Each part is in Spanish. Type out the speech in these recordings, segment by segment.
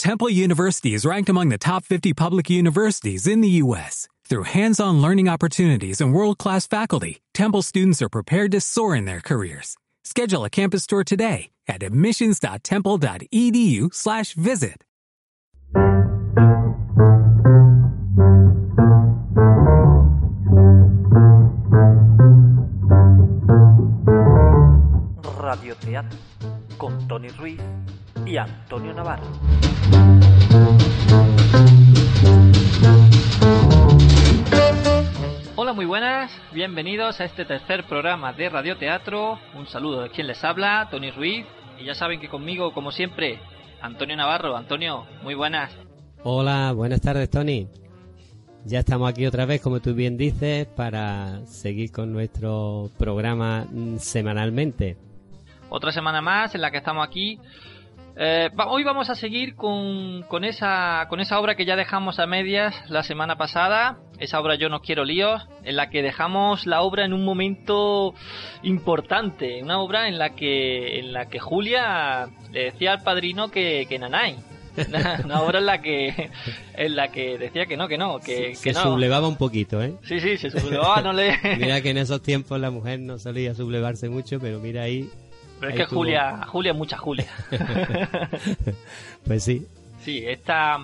Temple University is ranked among the top 50 public universities in the U.S. Through hands-on learning opportunities and world-class faculty, Temple students are prepared to soar in their careers. Schedule a campus tour today at admissions.temple.edu/visit. Radioteatro con Tony Ruiz y Antonio Navarro. Hola, muy buenas, bienvenidos a este tercer programa de Radioteatro. Un saludo de quien les habla, Tony Ruiz, y ya saben que conmigo, como siempre, Antonio Navarro. Antonio, muy buenas. Hola, buenas tardes, Tony. Ya estamos aquí otra vez, como tú bien dices, para seguir con nuestro programa semanalmente. Otra semana más en la que estamos aquí. Hoy vamos a seguir con esa obra que ya dejamos a medias la semana pasada, esa obra Yo no quiero líos, en la que dejamos la obra en un momento importante, una obra en la que Julia le decía al padrino que nanay. Una obra en la que decía que no, que se no. sublevaba un poquito, ¿eh? Sí, se sublevaba, no le... Mira que en esos tiempos la mujer no solía sublevarse mucho, pero mira ahí... Pero es que tuvo... Julia es mucha Julia. Pues sí. Sí, esta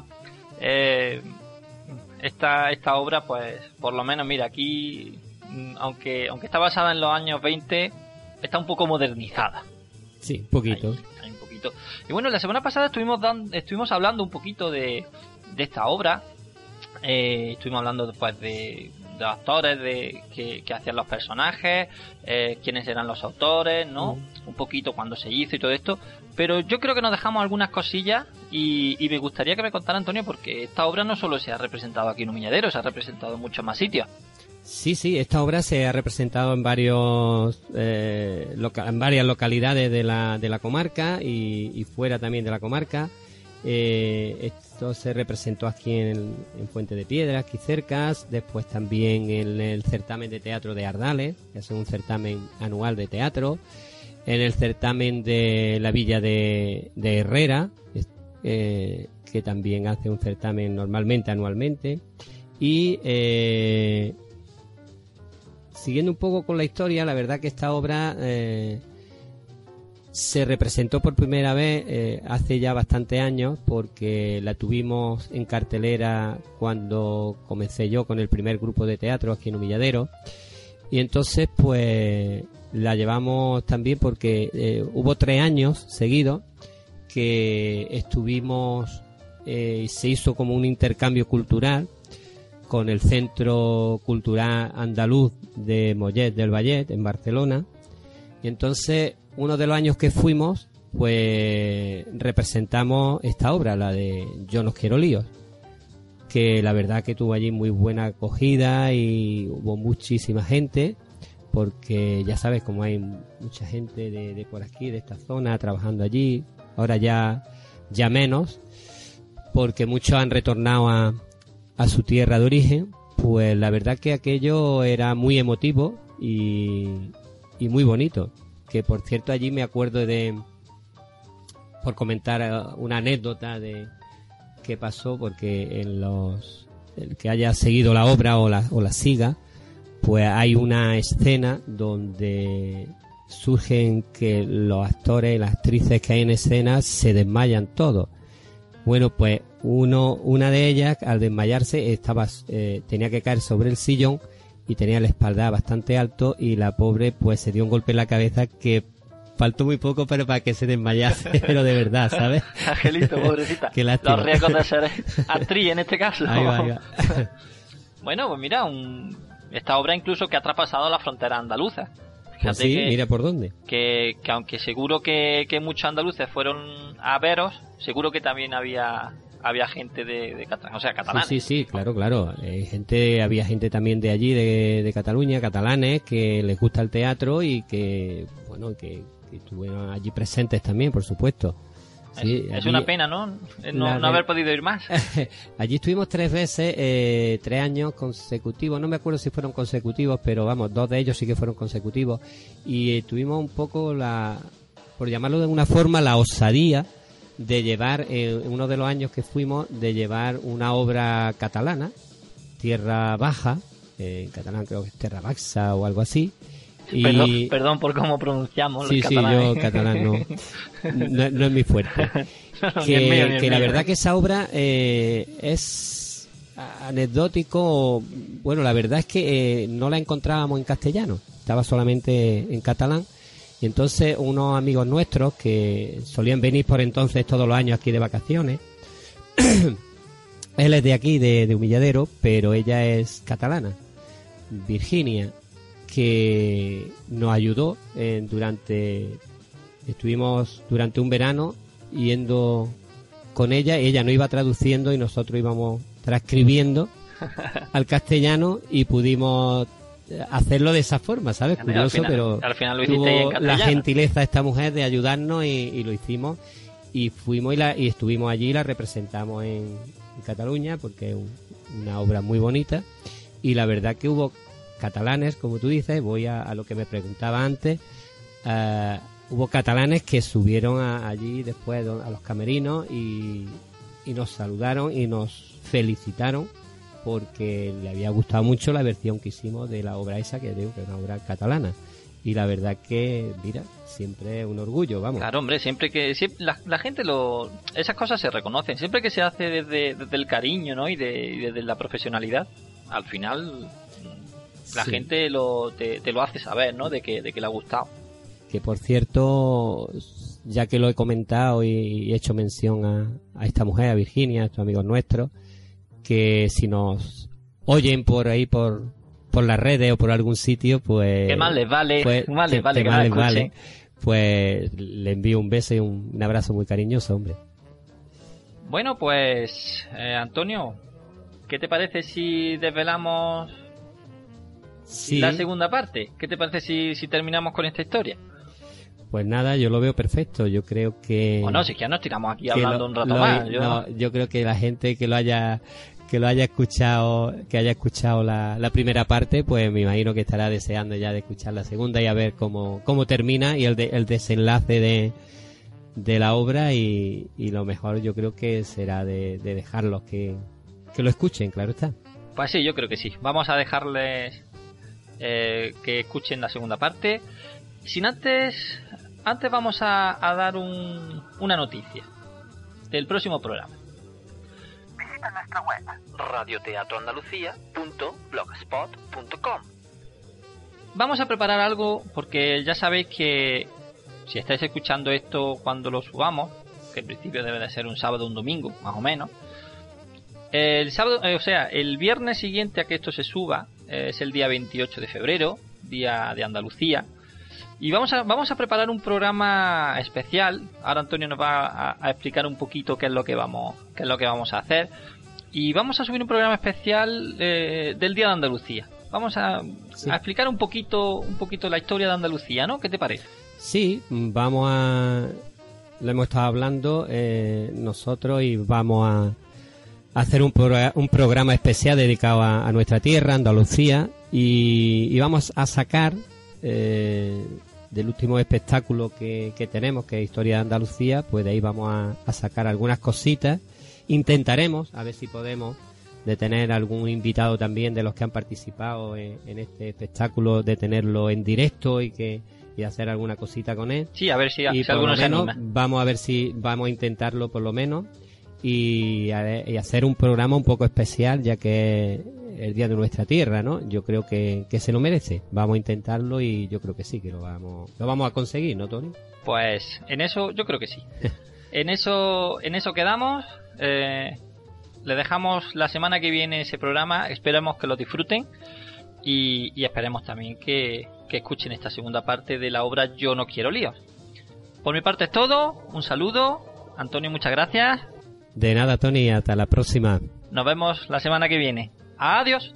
obra, pues, por lo menos, mira, aquí, aunque está basada en los años 20, está un poco modernizada. Sí, un poquito. Hay un poquito. Y bueno, la semana pasada estuvimos hablando un poquito de esta obra. Estuvimos hablando después de los actores que hacían los personajes, quiénes eran los autores, ¿no? Un poquito cuando se hizo y todo esto. Pero yo creo que nos dejamos algunas cosillas y me gustaría que me contara, Antonio, porque esta obra no solo se ha representado aquí en Humilladero, se ha representado en muchos más sitios. Sí, esta obra se ha representado en varias localidades de la comarca y fuera también de la comarca. Esto se representó aquí en Fuente de Piedra, aquí cerca, después también en el certamen de teatro de Ardales, que es un certamen anual de teatro, en el certamen de la villa de Herrera, que también hace un certamen normalmente, anualmente, y siguiendo un poco con la historia, la verdad que esta obra se representó por primera vez hace ya bastantes años, porque la tuvimos en cartelera cuando comencé yo con el primer grupo de teatro aquí en Humilladero, y entonces pues la llevamos también porque hubo 3 años seguidos que estuvimos se hizo como un intercambio cultural con el Centro Cultural Andaluz de Mollet del Vallet en Barcelona, y entonces uno de los años que fuimos, pues representamos esta obra, la de Yo no quiero líos, que la verdad que tuvo allí muy buena acogida y hubo muchísima gente, porque ya sabes, como hay mucha gente de por aquí, de esta zona, trabajando allí, ahora ya menos, porque muchos han retornado a su tierra de origen, pues la verdad que aquello era muy emotivo y muy bonito. Que por cierto allí me acuerdo por comentar una anécdota de que pasó, porque el que haya seguido la obra o la siga, pues hay una escena donde surgen que los actores y las actrices que hay en escena se desmayan todos. Bueno, pues una de ellas, al desmayarse, tenía que caer sobre el sillón y tenía la espalda bastante alto, y la pobre pues se dio un golpe en la cabeza que faltó muy poco pero para que se desmayase, pero de verdad, ¿sabes? Angelito, pobrecita. Qué lástima. Los riesgos de ser actriz en este caso. Ahí va. Bueno, pues mira, esta obra incluso que ha traspasado la frontera andaluza. Fíjate sí, mira por dónde. Que aunque seguro que muchos andaluces fueron a veros, seguro que también había gente de Cataluña, o sea, catalanes. Sí, claro. Había gente también de allí, de Cataluña, catalanes, que les gusta el teatro y que, bueno, que estuvieron allí presentes también, por supuesto. Sí, es una pena, ¿no? No haber podido ir más. Allí estuvimos 3 veces, 3 años consecutivos. No me acuerdo si fueron consecutivos, pero vamos, 2 de ellos sí que fueron consecutivos. Y tuvimos un poco por llamarlo de alguna forma, la osadía de llevar, en uno de los años que fuimos, de llevar una obra catalana, Tierra Baja, en catalán creo que es Terra Baxa o algo así. Y... Perdón por cómo pronunciamos sí, los catalanes. Sí, yo catalán no es mi fuerte. Que la verdad que esa obra es anecdótico. Bueno, la verdad es que no la encontrábamos en castellano, estaba solamente en catalán. Y entonces unos amigos nuestros que solían venir por entonces todos los años aquí de vacaciones, él es de aquí, de Humilladero, pero ella es catalana, Virginia, que nos ayudó estuvimos durante un verano yendo con ella no iba traduciendo y nosotros íbamos transcribiendo al castellano y pudimos hacerlo de esa forma, ¿sabes? Curioso, pero al final lo hiciste en tuvo la gentileza de esta mujer de ayudarnos y lo hicimos y fuimos y estuvimos allí y la representamos en Cataluña porque es una obra muy bonita y la verdad que hubo catalanes, como tú dices, voy a lo que me preguntaba antes, hubo catalanes que subieron allí después a los camerinos y nos saludaron y nos felicitaron porque le había gustado mucho la versión que hicimos de la obra esa, que digo que es una obra catalana. Y la verdad que, mira, siempre es un orgullo, vamos. Claro, hombre, siempre la gente esas cosas se reconocen. Siempre que se hace desde el cariño, ¿no? Y desde la profesionalidad, al final la gente te lo hace saber, ¿no? De que le ha gustado. Que por cierto, ya que lo he comentado y he hecho mención a esta mujer, a Virginia, a estos amigos nuestros, que si nos oyen por ahí por las redes o por algún sitio, pues que más les vale, pues le envío un beso y un abrazo muy cariñoso, hombre. Bueno, pues Antonio, ¿qué te parece si desvelamos la segunda parte? ¿Qué te parece si terminamos con esta historia? Pues nada, yo lo veo perfecto. Yo creo que... Bueno, si es que ya nos tiramos aquí hablando un rato más. Yo creo que la gente que haya escuchado la primera parte, pues me imagino que estará deseando ya de escuchar la segunda y a ver cómo termina y el desenlace de la obra y lo mejor yo creo que será de dejarlos que lo escuchen, claro está. Pues sí, yo creo que sí. Vamos a dejarles que escuchen la segunda parte. Sin antes vamos a dar una noticia del próximo programa. Visita nuestra web radioteatroandalucía.blogspot.com. Vamos a preparar algo porque ya sabéis que si estáis escuchando esto cuando lo subamos, que en principio debe de ser un sábado o un domingo, más o menos, el sábado, el viernes siguiente a que esto se suba es el día 28 de febrero, día de Andalucía. Y vamos a preparar un programa especial. Ahora Antonio nos va a explicar un poquito qué es lo que vamos a hacer. Y vamos a subir un programa especial del Día de Andalucía. Vamos a explicar un poquito la historia de Andalucía, ¿no? ¿Qué te parece? Sí, lo hemos estado hablando nosotros y vamos a hacer un programa especial dedicado a nuestra tierra, Andalucía, y vamos a sacar del último espectáculo que tenemos, que es Historia de Andalucía, pues de ahí vamos a sacar algunas cositas. Intentaremos, a ver si podemos, de tener algún invitado también de los que han participado en este espectáculo, de tenerlo en directo y hacer alguna cosita con él. Sí, a ver si por alguno se anima. Vamos a ver si vamos a intentarlo por lo menos y hacer un programa un poco especial, ya que es el día de nuestra tierra, ¿no? Yo creo que se lo merece. Vamos a intentarlo y yo creo que sí, que lo vamos a conseguir, ¿no, Tony? Pues en eso yo creo que sí. en eso quedamos. Le dejamos la semana que viene ese programa. Esperemos que lo disfruten y esperemos también que escuchen esta segunda parte de la obra Yo no quiero líos. Por mi parte es todo. Un saludo. Antonio, muchas gracias. De nada, Tony, hasta la próxima. Nos vemos la semana que viene. Adiós.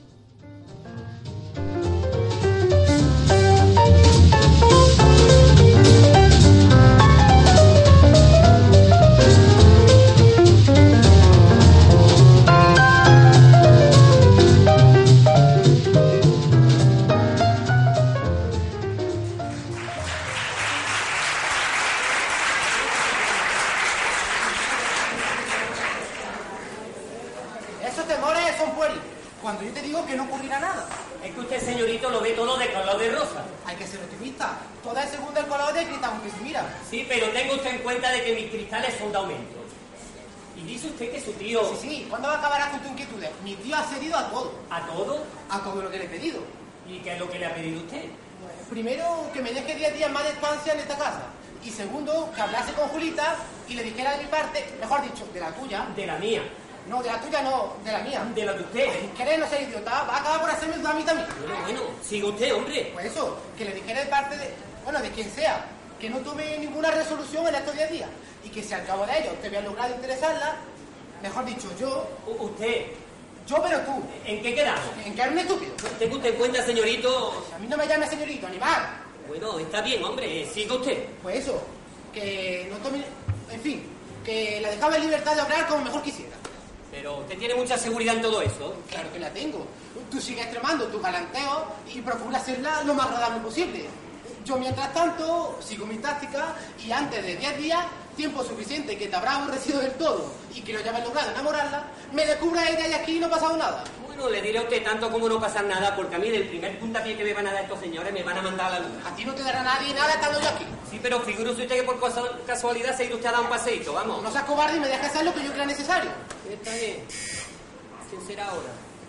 Esos temores son pueriles. Cuando yo te digo que no ocurrirá nada. Es que usted, señorito, lo ve todo de color de rosa. Hay que ser optimista. Todo es según el color del cristal que se mira. Sí, pero tenga usted en cuenta de que mis cristales son de aumento. Y dice usted que su tío... Sí. ¿Cuándo acabarás con tus inquietudes? Mi tío ha cedido a todo. ¿A todo? A todo lo que le he pedido. ¿Y qué es lo que le ha pedido usted? Primero, que me deje 10 días más de estancia en esta casa. Y segundo, que hablase con Julita y le dijera de mi parte, mejor dicho, de la tuya. De la mía. No, de la tuya no, de la mía. De la de usted. ¿Quieres no ser idiota? Va a acabar por hacerme dudar a mí también. Bueno, siga usted, hombre. Pues eso, que le dijera de parte de, bueno, de quien sea, que no tome ninguna resolución en estos 10 días. Y que si al cabo de ellos te había logrado interesarla, mejor dicho, yo... Usted. Yo, pero tú. ¿En qué quedamos? En que eres un estúpido. Tenga usted en cuenta, señorito... A mí no me llame señorito, animal. Bueno, está bien, hombre. Siga usted. Pues eso, que no tome... En fin, que la dejaba en libertad de obrar como mejor quisiera. Pero usted tiene mucha seguridad en todo eso. Claro que la tengo. Tú sigues extremando tu galanteo y procura hacerla lo más agradable posible. Yo, mientras tanto, sigo mi táctica y antes de 10 días, tiempo suficiente que te habrá aborrecido del todo y que no hayas logrado enamorarla, me descubra ella y aquí no ha pasado nada. Bueno, le diré a usted tanto como no pasar nada, porque a mí del primer puntapié que me van a dar estos señores me van a mandar a la luz. A ti no te dará nadie nada estando yo aquí. Sí, pero figúrese usted que por casualidad se ha ido usted a dar un paseíto, vamos. No seas cobarde y me dejes hacer lo que yo crea necesario. Está bien. ¿Quién será ahora?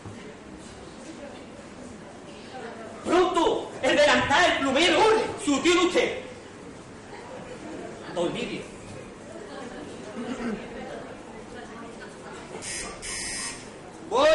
¡Pronto! ¡El delantal, el plumero! ¡Su tío de usted! Don Livio. ¡Voy!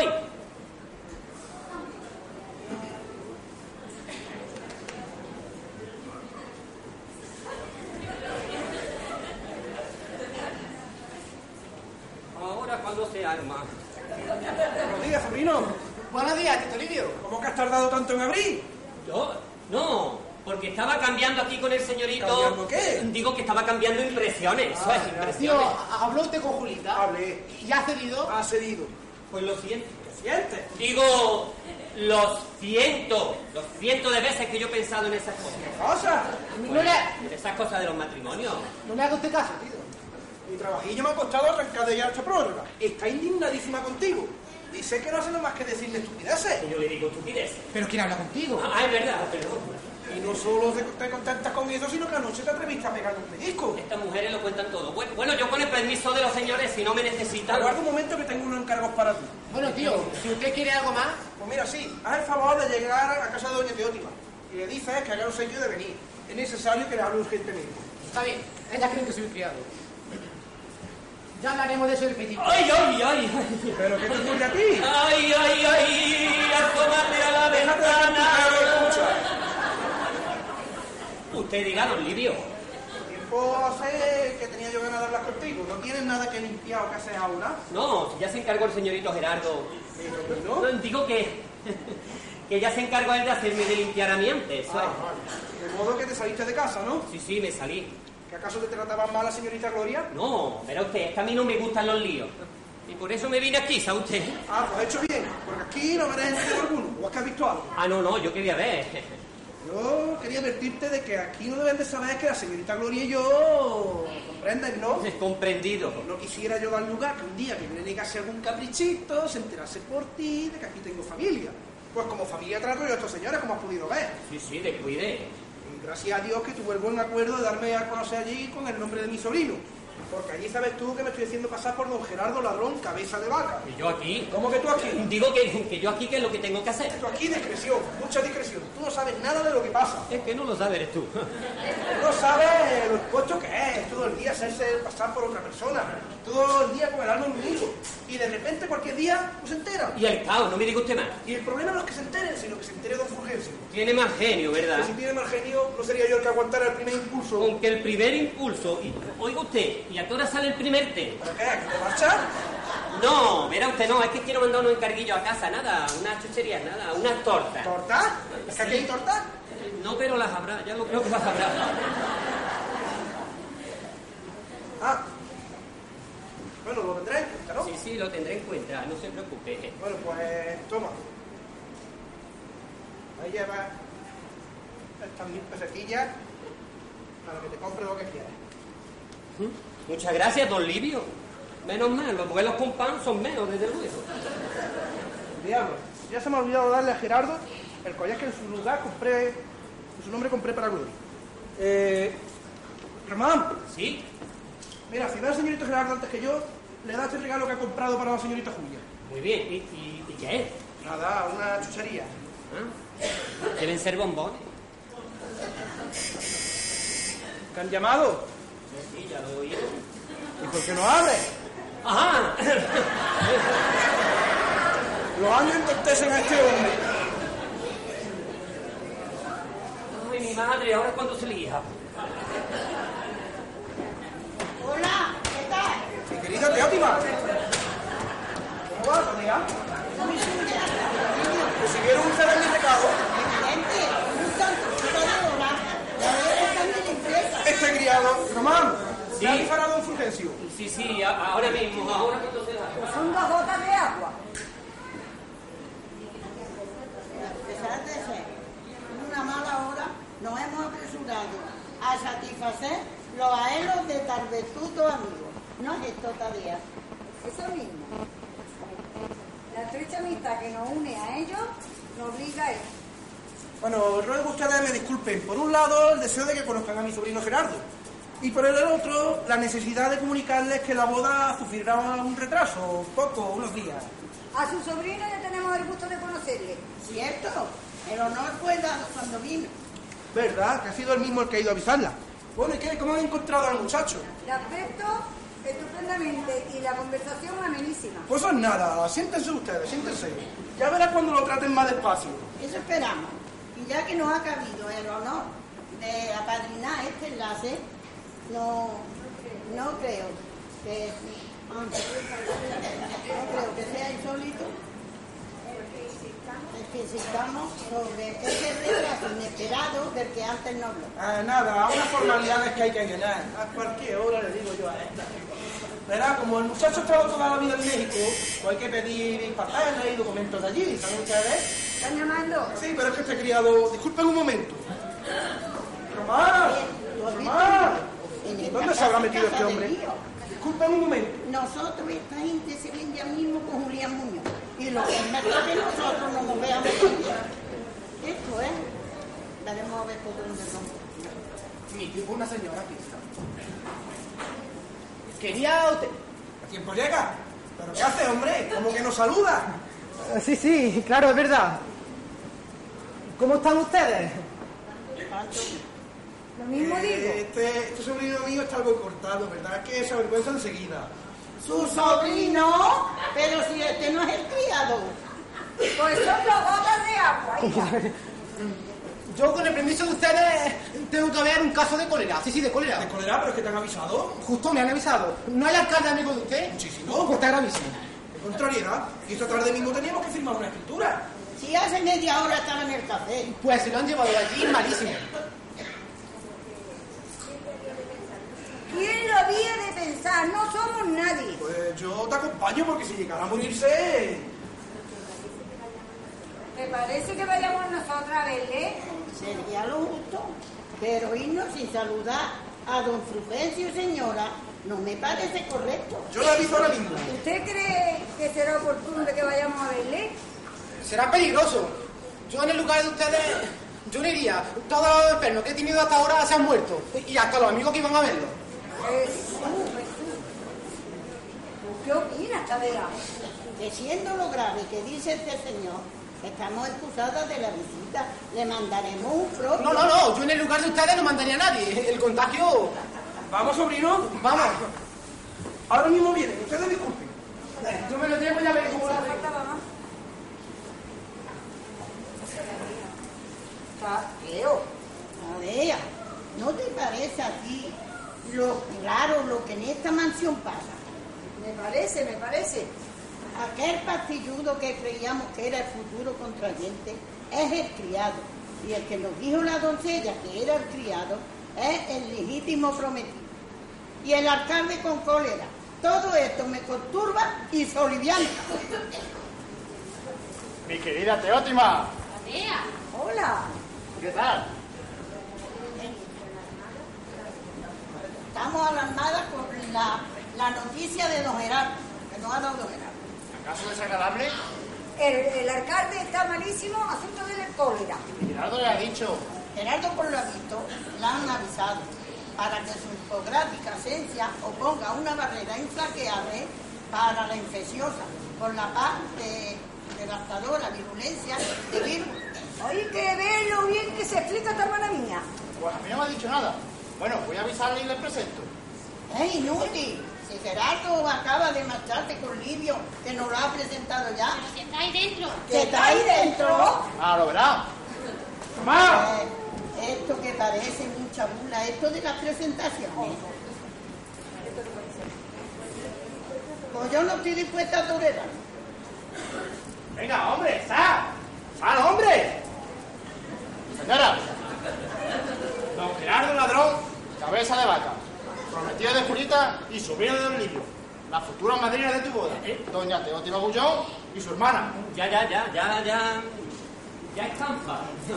Ahora cuando se arma. Buenos días, sobrino. Buenos días, Tito Livio. ¿Cómo que has tardado tanto en abrir? ¿Yo? No, porque estaba cambiando aquí con el señorito... ¿Cambiando qué? Digo que estaba cambiando impresiones. ¿Sabes? Tío, Impresiones. ¿habló usted con Julita? Hablé. ¿Y ha cedido? Ha cedido. Pues lo siento. ¿Qué sientes? Digo, los cientos de veces que yo he pensado en esas cosas. ¿Qué cosa? No le, En esas cosas de los matrimonios. no le haga usted caso, tío. Mi trabajillo me ha costado arrancar de ya esta prórroga. Está indignadísima contigo. Y sé que no hace nada más que decirle estupideces. Y yo le digo estupidez. ¿Pero quién habla contigo? Ah, es verdad, perdón. Y no solo te contentas con eso, sino que anoche te atreviste a pegarle un pellizco. Estas mujeres lo cuentan todo. Bueno, yo con el permiso de los señores, si no me necesitan... Aguarda un momento que tengo unos encargos para ti. Bueno, tío, si usted quiere algo más... Pues mira, sí, haz el favor de llegar a casa de doña Teótima. Y le dices que haga un sello de venir. Es necesario que le hable urgentemente. Está bien, ella cree que soy un criado. Ya hablaremos de eso del petit. ¡Ay, ay, ay! ¿Pero qué te ocurre a ti? ¡Ay, ay, ay! ¡Asómate a la Déjate de ventana! escucha. Usted diga, don Livio. Tiempo hace que tenía yo ganas de hablar contigo. ¿No tienes nada que limpiar o que hacer ahora? No, ya se encargó el señorito Gerardo. ¿No? No, digo que ya se encargó él de hacerme de limpiar a mí antes. ¿sabes? Ah, vale. De modo que te saliste de casa, ¿no? Sí, me salí. ¿Que acaso te trataban mal la señorita Gloria? No, verá usted, es que a mí no me gustan los líos. Y por eso me vine aquí, ¿sabe usted? Ah, pues hecho bien, porque aquí no verás enemigo alguno. ¿O es que has visto algo? Ah, no, yo quería ver. Yo quería advertirte de que aquí no deben de saber que la señorita Gloria y yo... ¿Comprendes, no? Comprendido. No quisiera yo dar lugar que un día que me negase algún caprichito, se enterase por ti de que aquí tengo familia. Pues como familia trato yo a estos señores, como has podido ver. Sí, descuide. Y gracias a Dios que tuve el buen acuerdo de darme a conocer allí con el nombre de mi sobrino. Porque allí sabes tú que me estoy haciendo pasar por don Gerardo Ladrón, cabeza de vaca. ¿Y yo aquí? ¿Cómo que tú aquí? Digo que yo aquí, ¿qué es lo que tengo que hacer? Tú aquí discreción, mucha discreción. Tú no sabes nada de lo que pasa. Es que no lo sabes, eres tú. Tú no sabes lo expuesto que es todo el día hacerse pasar por otra persona. Todo el día con el alma en un hilo. Y de repente cualquier día pues se entera. Y el caos, no me diga usted más. Y el problema no es que se enteren, sino que se entere don Fulgencio. Tiene más genio, ¿verdad? Que si tiene mal genio, no sería yo el que aguantara el primer impulso. Aunque el primer impulso... Oiga usted, ¿y a qué hora sale el primer té? ¿Para qué? ¿Que te marchas? No, verá usted, no, es que quiero mandar unos encarguillos a casa, nada, unas chucherías, nada, unas tortas. ¿Torta? ¿Es que aquí hay torta? No, pero las habrá, ya lo creo que las habrá. Ah. Bueno, lo tendré en cuenta, ¿no? Sí, lo tendré en cuenta, no se preocupe. Bueno, pues toma. Ahí lleva estas 1000 pesetillas para que te compre lo que quieras. Muchas gracias, don Livio. Menos mal, los vuelos con pan son menos, desde luego. Diablo, ya se me ha olvidado darle a Gerardo el collar que en su lugar compré, en su nombre compré para Gloria. Román. ¿Sí? Mira, si ve al señorito Gerardo antes que yo, le da este regalo que ha comprado para la señorita Julia. Muy bien. ¿Y qué es? Nada, una chuchería. ¿Ah? Deben ser bombones. ¿Te han llamado? Sí, ya lo he oído. ¿Y por qué no abre? ¡Ajá! Los años entorpecen a este hombre. Ay, mi madre, ahora es cuando se lía. Hola, ¿qué tal? Mi querida Teótima. ¿Cómo va, amiga? Muy suya. ¿Recibieron ustedes mi recado? Gente, un santo de hora. La voy a buscar en la empresa. Este criado. Román, Sí. ¿me ha avisado don Fulgencio? Sí, ahora mismo, ahora cuando se da. Son 2 gotas de agua. A pesar de ser una mala hora, nos hemos apresurado a satisfacer los anhelos de tal vetusto amigo. ¿No es esto, Tadea? Eso mismo. La estrecha amistad que nos une a ellos nos obliga a eso. Bueno, ruego que ustedes me disculpen. Por un lado, el deseo de que conozcan a mi sobrino Gerardo. Y por el otro, la necesidad de comunicarles que la boda sufrirá un retraso, unos días. A su sobrino ya tenemos el gusto de conocerle. Cierto, el honor fue dado cuando vino. ¿Verdad? Que ha sido el mismo el que ha ido a avisarla. Bueno, ¿y qué? ¿Cómo han encontrado al muchacho? De aspecto, estupendamente, y la conversación amenísima. Pues es nada, siéntense ustedes, siéntense. Ya verás cuando lo traten más despacio. Eso esperamos. Y ya que nos ha cabido el honor de apadrinar este enlace, no creo que... no creo que sea insólito que insistamos sobre ese retraso inesperado del que antes no habló. Nada, unas formalidades que hay que llenar. A cualquier hora le digo yo a esta. Verá, como el muchacho ha estado toda la vida en México, pues hay que pedir papeles y documentos de allí, ¿saben ustedes? ¿Están llamando? Sí, pero es que este criado... Disculpen un momento. ¡Román! ¡Román! ¿Dónde se habrá metido este hombre? Disculpen un momento. Nosotros, esta gente se ven ya mismo con Julián Muñoz. Y lo que es mejor que nosotros no nos veamos con ella. Esto es. Daremos a ver por dónde vamos. Mi tipo, una señora aquí. Quería usted. ¿A tiempo llega? ¿Pero qué hace, hombre? ¿Cómo que nos saluda? Sí, claro, es verdad. ¿Cómo están ustedes? Lo mismo digo. Este sobrino mío está algo cortado, ¿verdad? Que se avergüenza enseguida. Su sobrino, pero si este no es el criado. Pues son 2 gotas de agua, hija. Yo, con el permiso de ustedes, tengo que ver un caso de cólera. Sí, de cólera. ¿De cólera? ¿Pero es que te han avisado? Justo me han avisado. ¿No hay alcalde amigo de usted? Muchísimo. Pues está gravísimo. De contrariedad. Y esta tarde mismo teníamos que firmar una escritura. Si hace media hora estaba en el café. Pues se lo han llevado de allí malísimo. ¿Quién lo había de pensar? No somos nadie. Pues yo te acompaño porque si llegara a morirse... ¿Te parece que vayamos nosotros a verle? Sería lo justo. Pero irnos sin saludar a don Fulgencio, señora, no me parece correcto. Yo le aviso ahora mismo. ¿Usted cree que será oportuno de que vayamos a verle? Será peligroso. Yo, en el lugar de ustedes, yo no iría. Todos los enfermos que he tenido hasta ahora se han muerto. Y hasta los amigos que iban a verlo. Jesús. ¿Qué opinas, Tadea? Que siendo lo grave que dice este señor, estamos excusadas de la visita. Le mandaremos un propio. No. Yo en el lugar de ustedes no mandaría a nadie. El contagio... ¿Vamos, sobrino? Vamos. Ahora mismo vienen. Ustedes disculpen. Yo me lo llevo y ya veré cómo lo hago. Tadeo, Tadea, ¿no te parece a ti lo que en esta mansión pasa? Me parece. Aquel pastilludo que creíamos que era el futuro contrayente es el criado. Y el que nos dijo la doncella que era el criado es el legítimo prometido. Y el alcalde con cólera. Todo esto me conturba y solivianta. Mi querida Teótima. Hola. ¿Qué tal? Estamos alarmadas con la noticia de don Gerardo, que nos ha dado don Gerardo. ¿Acaso desagradable? El alcalde está malísimo, asunto del cólera. Gerardo le ha dicho. Gerardo, por lo visto, la han avisado para que su hipográfica esencia oponga una barrera infranqueable para la infecciosa, por la paz de devastadora virulencia de virus. Oye, que ve lo bien que se explica tu hermana mía. Pues a mí no me ha dicho nada. Bueno, voy a avisarle y le presento. Es inútil. Si Gerardo acaba de marcharte con Livio, que nos lo ha presentado ya. Pero que está ahí dentro. ¿Que está ahí dentro? Ah, lo verá. ¡Mamá! Esto que parece mucha bula, esto de las presentaciones. Pues yo no estoy dispuesta a tolerar. Venga, hombre, ¡sal! ¡Sal, hombre! Señora, don Gerardo Ladrón, cabeza de vaca, prometido de Julita y sobrino de don Livio, la futura madrina de tu boda, doña Teótima Bullón y su hermana. Ya escampa.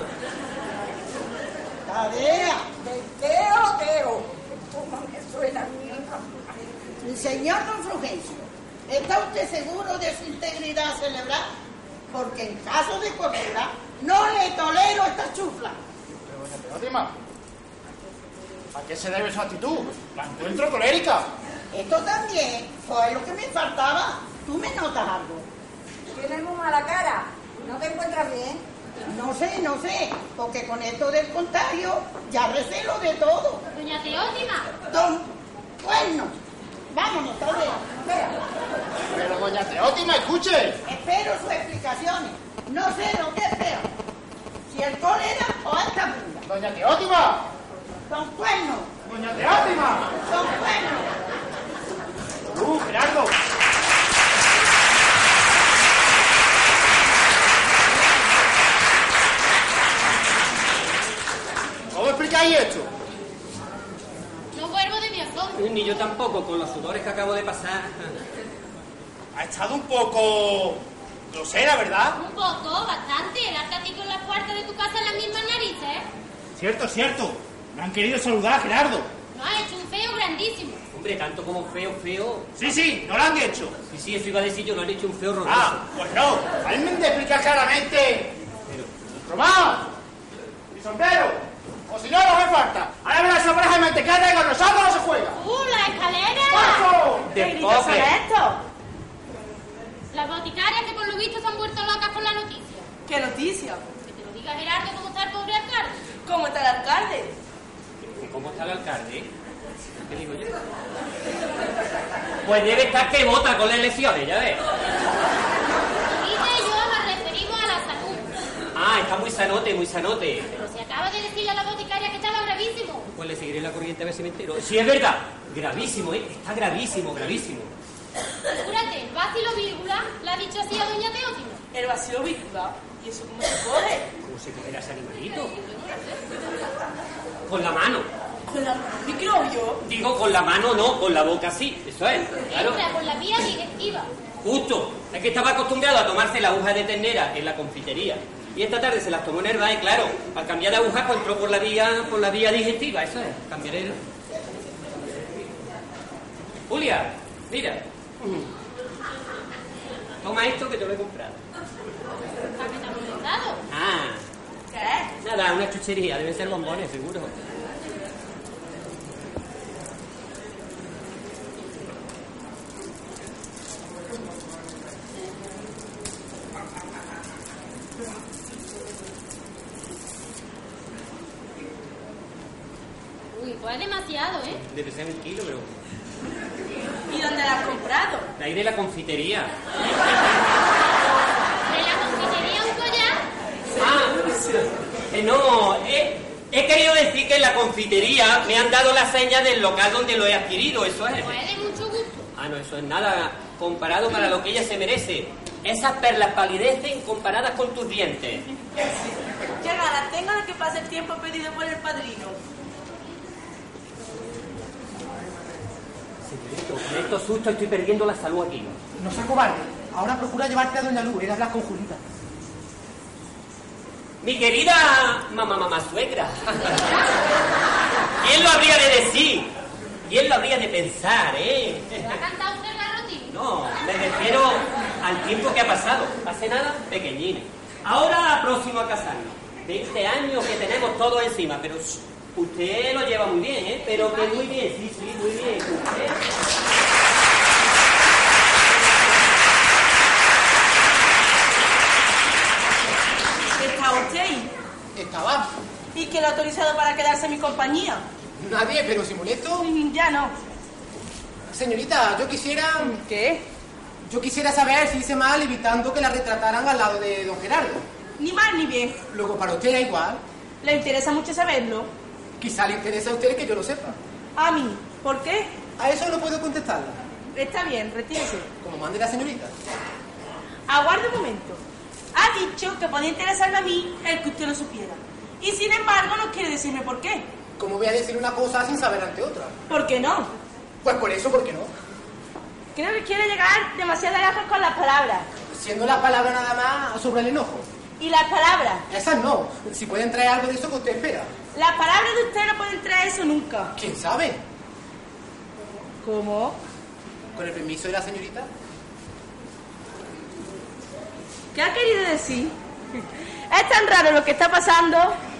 Tadea, Teo. ¿Cómo me suena a mí? Señor don Fulgencio, ¿está usted seguro de su integridad cerebral? Porque en caso de cordura, no le tolero esta chufla. Pero doña Teótima, ¿a qué se debe su actitud? La encuentro colérica. Esto también fue lo que me faltaba. ¿Tú me notas algo? Tienes muy mala cara. ¿No te encuentras bien? No sé, porque con esto del contagio ya recelo de todo. Doña Teótima. Bueno, vámonos, Tadea. Pero doña Teótima, escuche. Espero sus explicaciones. No sé lo que es peor. Si el cólera o esta bunda. Doña Teótima. Don Cuerno. Doña Teótima. Don Cuerno. Gerardo. ¿Cómo explicáis esto? No vuelvo de mi asombro. Ni yo tampoco, con los sudores que acabo de pasar. Ha estado un poco grosera, ¿verdad? Un poco, bastante. Darte a ti con la puerta de tu casa en las mismas narices. Cierto. Me han querido saludar, Gerardo. No has hecho un feo grandísimo. Hombre, tanto como feo. Sí, no lo han hecho. Sí, eso iba a decir yo, no han hecho un feo horroroso. Pues no. A mí me han de explicar claramente. Román, mi sombrero. O si no, no me falta. Ahora me la sorpresa de mantecada y con nosotros no se juega. ¡La escalera! ¡Paso! ¿Qué gritos son estos? Las boticarias que por lo visto se han vuelto locas con la noticia. ¿Qué noticia? Que te lo diga Gerardo cómo está el pobre alcalde. ¿Cómo está el alcalde? ¿Cómo está el alcalde? ¿Qué digo yo? Pues debe estar que vota con las elecciones, ya ves. Dice yo nos referimos a la salud. Ah, está muy sanote. Pero se acaba de decirle a la boticaria que estaba gravísimo. Pues le seguiré la corriente a ver si me entero. Sí, es verdad. Gravísimo, está gravísimo. Figúrate, el vacilo vírgula le ha dicho así a doña Teótima. El vacío virtual. ¿Y eso cómo se coge? ¿Cómo se cogerá ese animalito? Con la mano. ¿Con la microbio? Digo, con la mano no, con la boca sí. Eso es, claro. Entra por la vía digestiva. Justo. Es que estaba acostumbrado a tomarse la aguja de ternera en la confitería. Y esta tarde se las tomó en Herba y claro, al cambiar de aguja pues entró por la vía digestiva. Eso es, cambiaré. Julia, mira. Toma esto que te lo he comprado. ¿Para qué te has molestado? Ah, ¿Qué? nada, una chuchería, deben ser bombones, seguro. Uy, pues es demasiado, ¿eh? Debe ser 1 kilo, pero... ¿Y dónde la has comprado? De ahí de la confitería. ¿De la confitería un collar? No, he querido decir que en la confitería me han dado la seña del local donde lo he adquirido, eso es. Pues de mucho gusto. Ah, no, eso es nada comparado para lo que ella se merece. Esas perlas palidecen comparadas con tus dientes. ¿Qué ganas tengo de que pase el tiempo pedido por el padrino? Señorito, con estos sustos estoy perdiendo la salud aquí. No seas cobarde. Ahora procura llevarte a doña Luz y hablar con Julita. Mi querida mamá suegra. ¿Quién lo habría de decir? ¿Quién lo habría de pensar, ¿Se ha cantado usted la rutina? No, me refiero al tiempo que ha pasado. Hace nada, pequeñines. Ahora próximo a casarnos. 20 años que tenemos todos encima, pero usted lo lleva muy bien, ¿eh? Pero que muy bien, sí, muy bien. ¿Está usted ahí? Estaba. ¿Y quién lo ha autorizado para quedarse en mi compañía? Nadie, pero si molesto. Ya no. Señorita, yo quisiera... ¿Qué? Yo quisiera saber si hice mal evitando que la retrataran al lado de don Gerardo. Ni mal ni bien. Luego, para usted era igual. ¿Le interesa mucho saberlo? Quizá le interesa a usted que yo lo sepa. A mí. ¿Por qué? A eso no puedo contestarla. Está bien, retírese. Como mande la señorita. Aguarde un momento. Ha dicho que podía interesarme a mí el que usted lo supiera. Y sin embargo no quiere decirme por qué. ¿Cómo voy a decir una cosa sin saber ante otra? ¿Por qué no? Pues por eso, ¿por qué no? Creo que quiere llegar demasiado lejos con las palabras. Siendo las palabras nada más sobre el enojo. ¿Y las palabras? Esas no. Si pueden traer algo de eso que usted espera. Las palabras de usted no pueden traer eso nunca. ¿Quién sabe? ¿Cómo? ¿Con el permiso de la señorita? ¿Qué ha querido decir? Es tan raro lo que está pasando.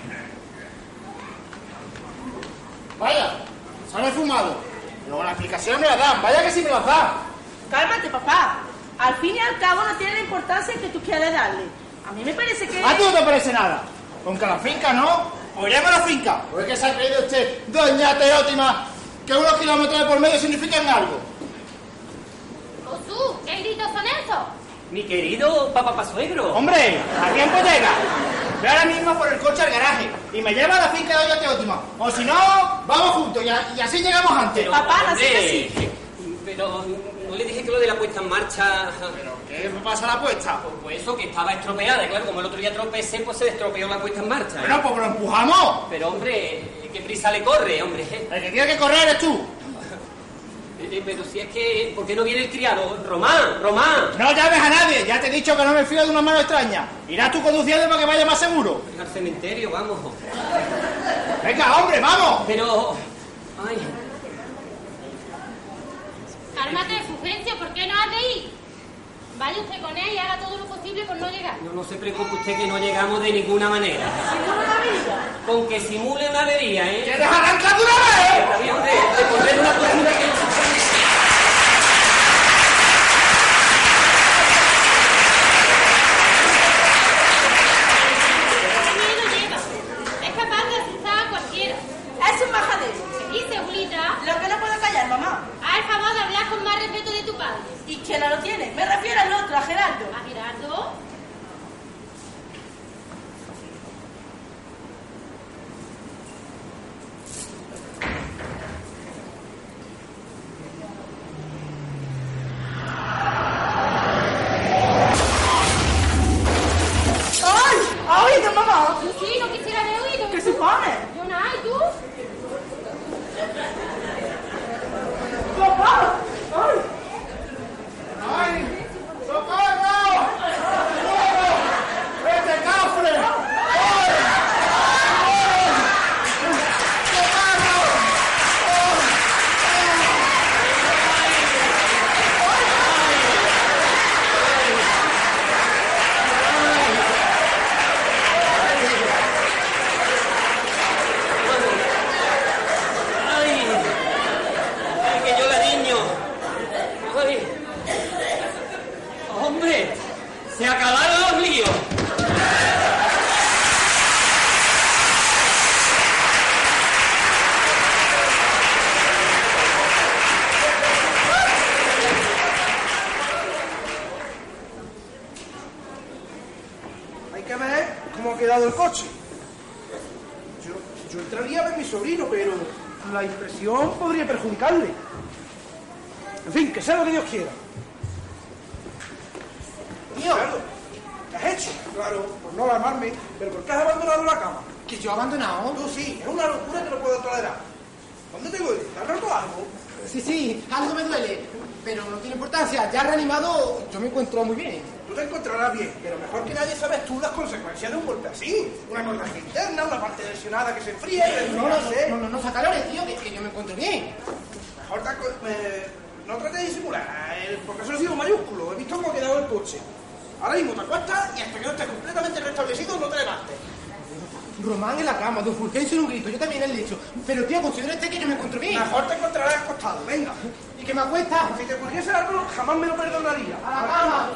Vaya, se han fumado. Luego la explicación me la dan. Vaya que sí me las dan. Cálmate, papá. Al fin y al cabo no tiene la importancia que tú quieres darle. A mí me parece que... ¿A ti no te parece nada? Aunque la finca no. O llama la finca. ¿O es que se ha creído usted, doña Teótima, que unos kilómetros de por medio significan algo? Jesús, ¿qué gritos son estos? Mi querido papasuegro. Hombre, a tiempo llega. Ve ahora mismo por el coche al garaje y me lleva a la finca de doña Teótima. O si no, vamos juntos y así llegamos antes. Pero, papá, no hombre, sé que sí. Pero no le dije que lo de la puesta en marcha... ¿Pero qué pasa la puesta? Pues eso, que estaba estropeada. Y claro, como el otro día tropecé, pues se estropeó la puesta en marcha. Bueno, pues lo empujamos. Pero, hombre, qué prisa le corre, hombre. El que tiene que correr eres tú. Pero si es que... ¿Por qué no viene el criado? Román. No llames a nadie. Ya te he dicho que no me fío de una mano extraña. Irás tú conduciendo para que vaya más seguro. Al cementerio, vamos. Venga, hombre, vamos. Pero... Ay... Cálmate, Fulgencio, ¿por qué no has de ir? Vaya usted con él y haga todo lo posible por no llegar. No se preocupe usted que no llegamos de ninguna manera. ¿Simula una avería? Con que simule una avería, ¿eh? ¿Quieres arrancar de una vez? Está bien de poner una postura que... Es un majadero. ¿Y segurita? Lo que no puedo callar, mamá. Haz el favor de hablar con más respeto de tu padre. ¿Y quién no lo tiene? Me refiero al otro, a Gerardo. ¿A Gerardo? ¡Ay! ¿Ha oído, mamá? Sí, no quisiera haber oído. ¿Qué se pone? Yo nada, ¿y tú? ¡Papá! ¡Ay! ¡Ay! ¡Socorro! ¡Socorro! ¡Este cafre! ¡Ay! ¡Ay, que yo la niño! ¡Ay! ¡Hombre! ¡Se acabaron los líos! Hay que ver cómo ha quedado el coche. Yo entraría a ver a mi sobrino, pero la impresión podría perjudicarle. En fin, que sea lo que Dios quiera. Tío, Claro, ¿qué has hecho? Claro, por no alarmarme, pero ¿por qué has abandonado la cama? que yo he abandonado. Tú sí, es una locura que no puedo tolerar. ¿Dónde te duele? ¿Te has roto algo? Sí, algo me duele, pero no tiene importancia. Ya reanimado, yo me encuentro muy bien. Tú te encontrarás bien, pero mejor que nadie sabes tú las consecuencias de un golpe así. Una hemorragia interna, una parte lesionada que se enfría, No, sacalones, tío, que yo me encuentro bien. Mejor no trates de disimular, porque eso ha sido mayúsculo. He visto cómo ha quedado el coche. Ahora mismo te acuestas y hasta que no estés completamente restablecido no te levantes. Román en la cama, don Fulgencio en un grito, yo también en el lecho. Pero tío, considera usted que yo me encuentro bien. Mejor te encontrarás acostado, venga. ¿Y que me acuesta? Si te ocurriese algo, jamás me lo perdonaría. ¡A la cama!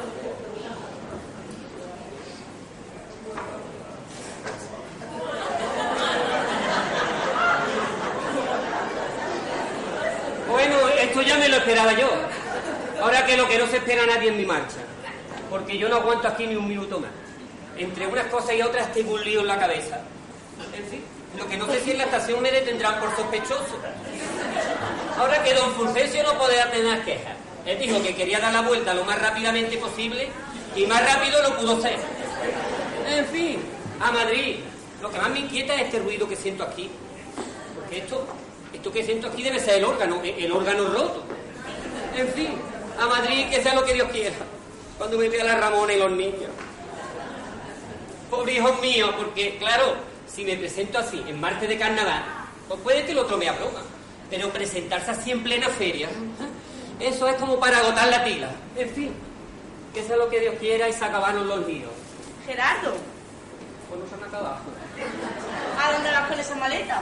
Bueno, esto ya me lo esperaba yo. Ahora que lo que no se espera nadie en mi marcha. Porque yo no aguanto aquí ni un minuto más. Entre unas cosas y otras tengo un lío en la cabeza. En fin, lo que no sé si en la estación me detendrán por sospechoso. Ahora que don Fulgencio no podía tener quejas. Él dijo que quería dar la vuelta lo más rápidamente posible y más rápido no pudo ser. En fin, a Madrid. Lo que más me inquieta es este ruido que siento aquí. Porque esto que siento aquí debe ser el órgano roto. En fin, a Madrid, que sea lo que Dios quiera. Cuando me vea la Ramona y los niños. Pobre hijo mío, porque claro, si me presento así en martes de carnaval, pues puede que el otro me abruma. Pero presentarse así en plena feria, eso es como para agotar la pila. En fin, que sea lo que Dios quiera y se acabaron los líos. Gerardo, Pues no se han acabado. ¿a dónde vas con esa maleta?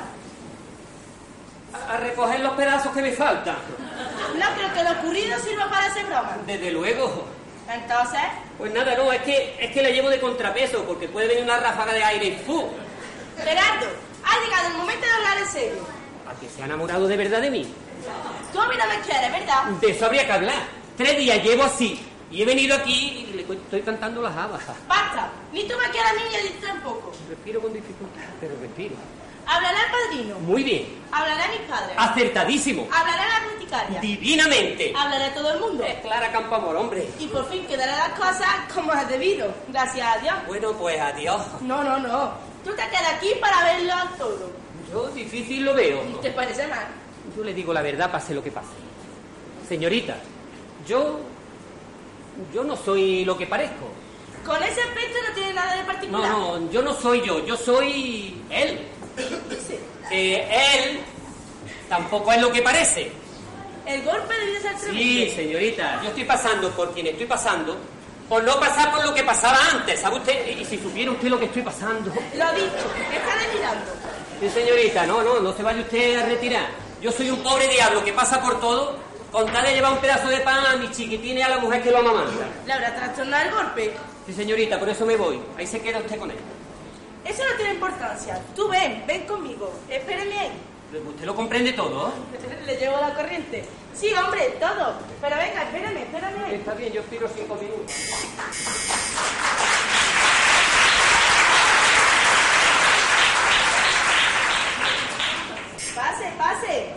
A recoger los pedazos que me faltan. No creo que lo ocurrido sirva para hacer broma. Desde luego. Entonces, Pues nada, no, es que la llevo de contrapeso, porque puede venir una ráfaga de aire y ¡fu! Gerardo, ha llegado el momento de hablar en serio. ¿A que se ha enamorado de verdad de mí? Tú a mí no me quieres, ¿verdad? De eso habría que hablar. 3 días llevo así, y he venido aquí y le estoy cantando las habas. Basta, ni tú me quieras a mí ni a ti tampoco. Respiro con dificultad, pero respiro. Hablaré al padrino. Muy bien. Hablaré a mis padres. Acertadísimo. Hablaré a la boticaria. Divinamente. Hablaré a todo el mundo. Es Clara Campoamor, hombre. Y por fin quedarán las cosas como es debido. Gracias a Dios. Bueno, pues adiós. No. Tú te quedas aquí para verlo todo. Yo difícil lo veo. ¿Te parece mal? Yo le digo la verdad, pase lo que pase. Señorita, yo no soy lo que parezco. Con ese aspecto no tiene nada de particular. No, yo no soy yo soy él. Sí. Él tampoco es lo que parece. El golpe debió ser tremendo. Sí, señorita, yo estoy pasando por quien estoy pasando, por no pasar por lo que pasaba antes, ¿sabe usted? Y si supiera usted lo que estoy pasando. Lo ha dicho, está delirando. Sí, señorita, no se vaya usted a retirar. Yo soy un pobre diablo que pasa por todo, con tal de llevar un pedazo de pan a mi chiquitín y a la mujer que lo amamanta. ¿Le habrá trastornado el golpe? Sí, señorita, por eso me voy. Ahí se queda usted con él. Eso no tiene importancia. Tú ven conmigo. Espéreme ahí. Usted lo comprende todo. Le llevo la corriente. Sí, hombre, todo. Pero venga, espérame ahí. Está bien, yo espero 5 minutos. Pase.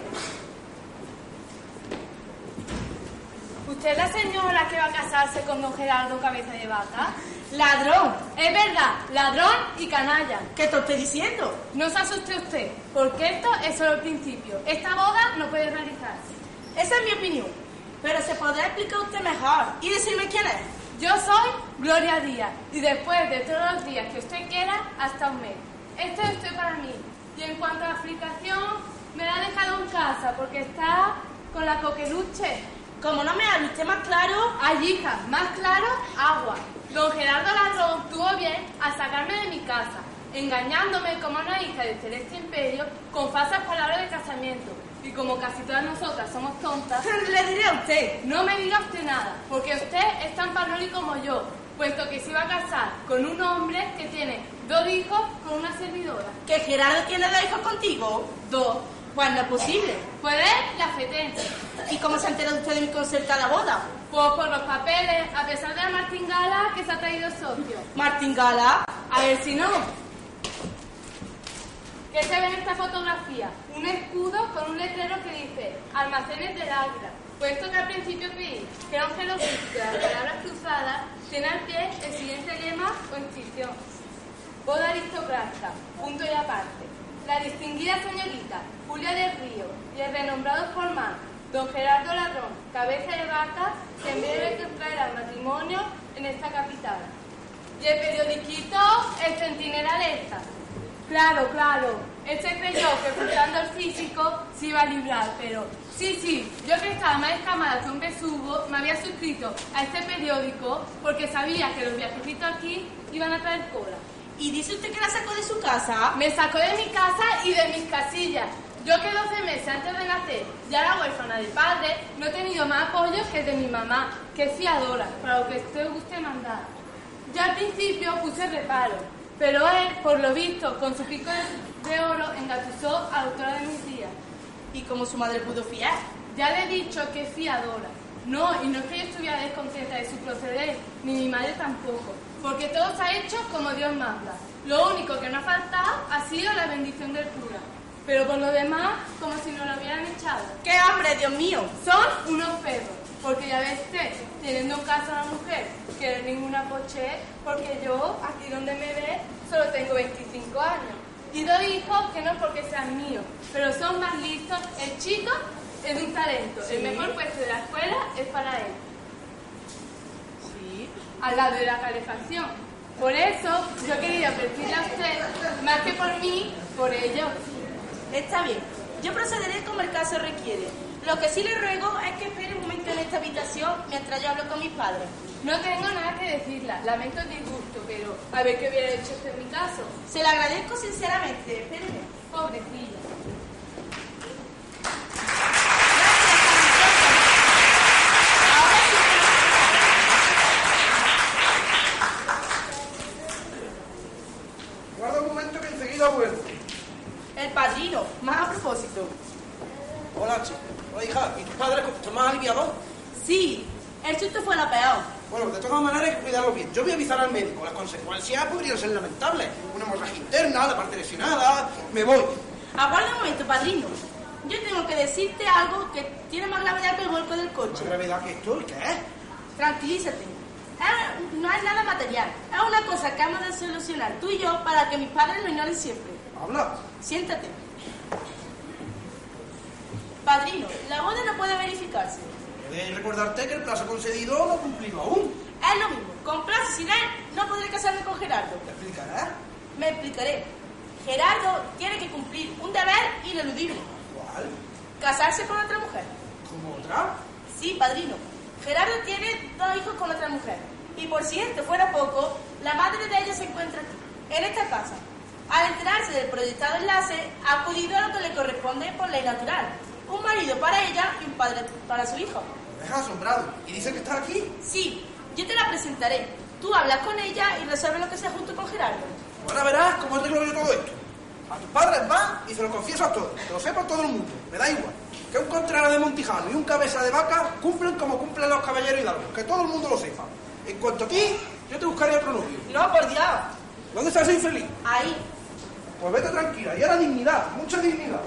¿Usted es la señora que va a casarse con don Gerardo Cabeza de Vaca? ¡Ladrón! Es verdad, ladrón y canalla. ¿Qué te estoy diciendo? No se asuste usted, porque esto es solo el principio. Esta boda no puede realizarse. Esa es mi opinión. Pero se podrá explicar usted mejor y decirme quién es. Yo soy Gloria Díaz y después de todos los días que usted quiera, hasta un mes. Esto es usted para mí. Y en cuanto a la explicación, me la ha dejado en casa porque está con la coqueluche. Como no me hable usted más claro... Ay, hija, más claro, agua. Don Gerardo Ladrón tuvo bien a sacarme de mi casa, engañándome como una hija del Celeste Imperio con falsas palabras de casamiento. Y como casi todas nosotras somos tontas... Le diré a usted. No me diga usted nada, porque usted es tan parloli como yo, puesto que se iba a casar con un hombre que tiene 2 hijos con una servidora. ¿Que Gerardo tiene 2 hijos contigo? 2. ¿Cuándo es posible? Puede la fetente. ¿Y cómo se ha enterado usted de mi concertada boda? Pues por los papeles, a pesar de la martingala que se ha traído socio. ¿Martingala? A ver si no. ¿Qué se ve en esta fotografía? Un escudo con un letrero que dice Almacenes del Águila. Puesto que al principio creí que era un jeroglífico de las palabras cruzadas, tiene al pie el siguiente lema o inscripción. Boda aristocrática, punto y aparte. La distinguida señorita Julia del Río y el renombrado formal don Gerardo Ladrón, Cabeza de Vaca, se en breve contraerá matrimonio en esta capital. Y el periodiquito El Centinela Alerta. Claro, claro. Él se creyó que ocultando el físico se iba a librar, pero sí, yo que estaba más escamada que un besugo, me había suscrito a este periódico porque sabía que los viajecitos aquí iban a traer cola. ¿Y dice usted que la sacó de su casa? Me sacó de mi casa y de mis casillas. Yo que 12 meses antes de nacer ya era huérfana de padre, no he tenido más apoyo que el de mi mamá, que es fiadora, para lo que usted mandara. Yo al principio puse reparo, pero él, por lo visto, con su pico de oro, engatusó a la autora de mis días. ¿Y cómo su madre pudo fiar? Ya le he dicho que es fiadora. No, y no es que yo estuviera descontenta de su proceder, ni mi madre tampoco, porque todo se ha hecho como Dios manda. Lo único que no ha faltado ha sido la bendición del cura. Pero por lo demás, como si no lo hubieran echado. ¡Qué hambre, Dios mío! Son unos perros, porque ya ves usted, teniendo en casa a una mujer que no es ninguna poché, porque yo, aquí donde me ve, solo tengo 25 años. Y 2 hijos que no es porque sean míos, pero son más listos. El chico es de un talento, sí. El mejor puesto de la escuela es para él. Sí. Al lado de la calefacción. Por eso yo he querido advertirle a usted, más que por mí, por ellos. Está bien, yo procederé como el caso requiere. Lo que sí le ruego es que espere un momento en esta habitación mientras yo hablo con mis padres. No tengo nada que decirla, lamento el disgusto, pero a ver qué hubiera hecho usted en mi caso. Se lo agradezco sinceramente, espéreme. Pobrecilla. Guarda un momento que enseguida vuelvo. El padrino, más a propósito. Hola, chico. Hola, hija. ¿Y tu padre está más aliviado? Sí, el susto fue la peor. Bueno, de todas maneras hay que cuidarlo bien. Yo voy a avisar al médico. Las consecuencias podrían ser lamentables. Una hemorragia interna, la parte lesionada. Me voy. Aguarda un momento, padrino. Yo tengo que decirte algo que tiene más gravedad que el vuelco del coche. ¿Más gravedad que esto? ¿Y qué es? Tranquilízate. No es nada material. Es una cosa que hemos de solucionar tú y yo para que mis padres lo ignoren siempre. Habla. Siéntate. Padrino, la boda no puede verificarse. Debes recordarte que el plazo concedido no ha cumplido aún. Es lo mismo. Con plazo sin él no podré casarme con Gerardo. ¿Te explicarás? Me explicaré. Gerardo tiene que cumplir un deber ineludible. ¿Cuál? Casarse con otra mujer. ¿Con otra? Sí, padrino. Gerardo tiene 2 hijos con otra mujer. Y por si esto fuera poco, la madre de ella se encuentra aquí, en esta casa. Al enterarse del proyectado enlace, ha acudido a lo que le corresponde por ley natural. Un marido para ella y un padre para su hijo. Me dejas asombrado. ¿Y dice que está aquí? Sí, yo te la presentaré. Tú hablas con ella y resuelves lo que sea junto con Gerardo. Ahora verás cómo arreglo yo todo esto. A tus padres va y se lo confieso a todos. Que lo sepa todo el mundo. Me da igual. Que un Contreras de Montijano y un Cabeza de Vaca cumplen como cumplen los caballeros hidalgos. Que todo el mundo lo sepa. En cuanto a ti, yo te buscaré otro novio. No, por Dios. ¿Dónde estás infeliz? Ahí. Pues vete tranquila. Y ahora dignidad. Mucha dignidad.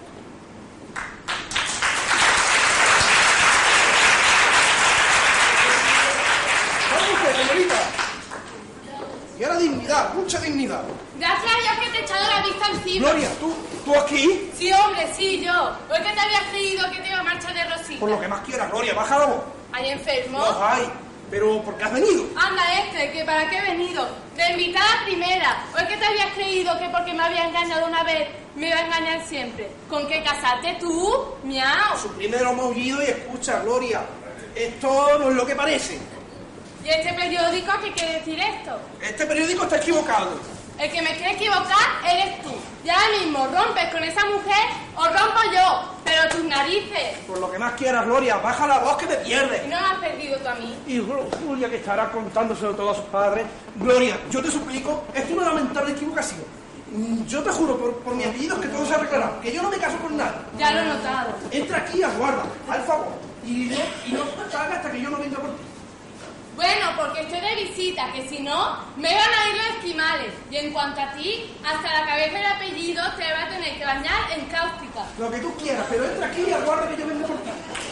Señorita. Y ahora dignidad, mucha dignidad. Gracias a Dios que te he echado la vista encima. Gloria, ¿tú aquí? Sí, hombre, sí, yo. ¿Por qué te habías creído que te iba a marchar de Rosita? Por lo que más quieras, Gloria, baja la voz. ¿Hay enfermo? No hay, pero ¿por qué has venido? Anda, que para qué he venido. De invitada primera. ¿O es que te habías creído que porque me había engañado una vez me iba a engañar siempre? ¿Con qué casaste tú? Miau. Suprime los maullidos y escucha, Gloria. Esto no es lo que parece. ¿Y este periódico qué quiere decir esto? Este periódico está equivocado. El que me quiere equivocar eres tú. Ya mismo rompes con esa mujer o rompo yo. Pero tus narices. Por lo que más quieras, Gloria, baja la voz que te pierdes. ¿Y no me has perdido tú a mí? Y Julia, que estará contándoselo todo a sus padres. Gloria, yo te suplico, esto es una lamentable equivocación. Yo te juro por mi apellido que todo se arreglará. Que yo no me caso con nadie. Ya lo he notado. Entra aquí, aguarda, al favor. Y no salga hasta que yo no venga por ti. Bueno, porque estoy de visita, que si no, me van a ir los esquimales. Y en cuanto a ti, hasta la cabeza del apellido te va a tener que bañar en cáustica. Lo que tú quieras, pero entra aquí y aguarda que yo venga por ti.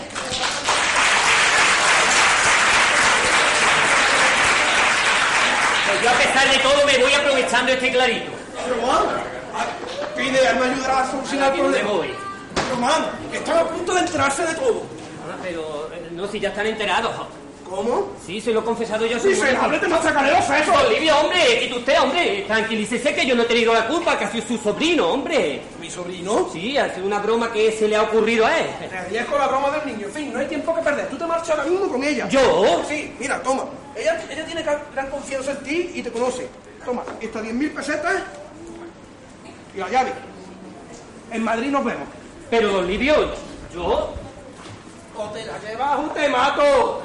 Pues yo a pesar de todo me voy aprovechando este clarito. Román, pide, me ayudará a solucionar el problema. Me voy. Román, que están a punto de enterarse de todo. Pero no, si ya están enterados. ¿Cómo? Sí, se lo he confesado yo. ¡Miserable, te machacaré los sesos! Olivia, hombre, quite usted, hombre. Tranquilícese que yo no he tenido la culpa, que ha sido su sobrino, hombre. ¿Mi sobrino? Sí, ha sido una broma que se le ha ocurrido a él. Te ríes con la broma del niño. En fin, no hay tiempo que perder. Tú te marchas ahora mismo con ella. ¿Yo? Sí, mira, toma. Ella tiene gran confianza en ti y te conoce. Toma, estas 10.000 pesetas y la llave. En Madrid nos vemos. Pero, don Livio, ¿yo? O te la llevas o te mato.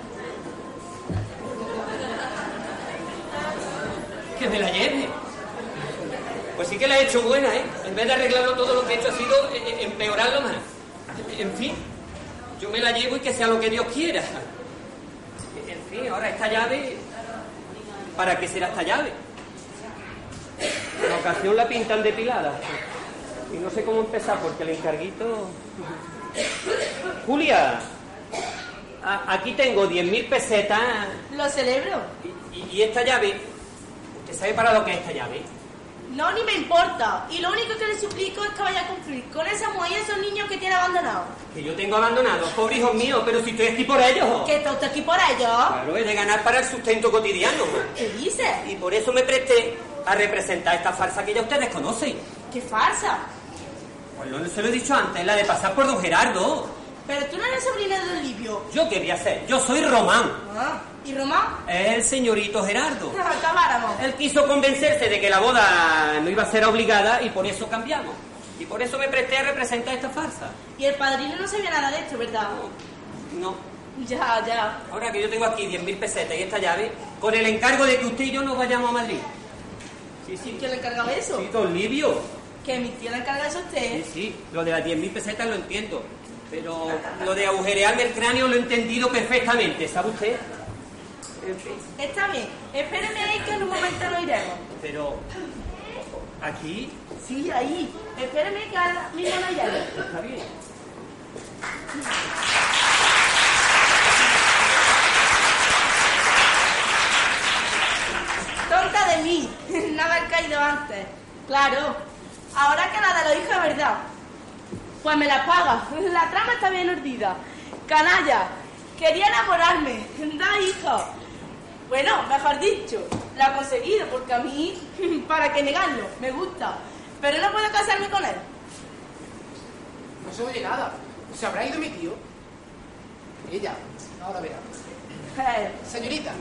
Que me la lleve. Pues sí que la he hecho buena, ¿eh? En vez de arreglarlo todo, lo que he hecho ha sido empeorarlo más. En fin, yo me la llevo y que sea lo que Dios quiera. En fin, ahora esta llave... ¿Para qué será esta llave? La ocasión la pintan depilada. Y no sé cómo empezar porque el encarguito... Julia, aquí tengo 10.000 pesetas. Lo celebro. ¿Y esta llave? ¿Usted sabe para lo que es esta llave? No, ni me importa. Y lo único que le suplico es que vaya a cumplir con esa mujer y esos niños que tiene abandonados. Que yo tengo abandonados, pobres hijos míos, pero si estoy aquí por ellos. ¿Que está usted aquí por ellos? Claro, es de ganar para el sustento cotidiano. ¿Qué dice? Y por eso me presté a representar esta farsa que ya ustedes conocen. ¿Qué farsa? Pues no se lo he dicho antes, la de pasar por don Gerardo. Pero tú no eres sobrina de don Livio. ¿Yo qué voy a hacer? Yo soy Román. ¿Y Román? Es el señorito Gerardo. Acabáramos. Él quiso convencerse de que la boda no iba a ser obligada y por eso cambiamos. Y por eso me presté a representar esta farsa. Y el padrino no sabía nada de esto, ¿verdad? No. Ya. Ahora que yo tengo aquí 10.000 pesetas y esta llave, con el encargo de que usted y yo nos vayamos a Madrid. Sí. ¿Quién le encargaba eso? Sí, don Livio. ¿Que mi tía le encarga eso a usted? Sí. Lo de las 10.000 pesetas lo entiendo. Pero lo de agujerearme el cráneo lo he entendido perfectamente, ¿sabe usted? En fin. Está bien. Espéreme ahí que en un momento lo iremos. Pero... ¿aquí? Sí, ahí. Espéreme que ahora mismo no iremos. Está bien. Tonta de mí. No haber caído antes. Claro. Ahora que la de los hijos es verdad. Pues me la paga. La trama está bien urdida. Canalla. Quería enamorarme. Da hijos. Bueno, mejor dicho, la ha conseguido porque a mí, para qué negarlo, me gusta. Pero no puedo casarme con él. No se oye nada. ¿Se habrá ido mi tío? Ella. Ahora verá. Señorita.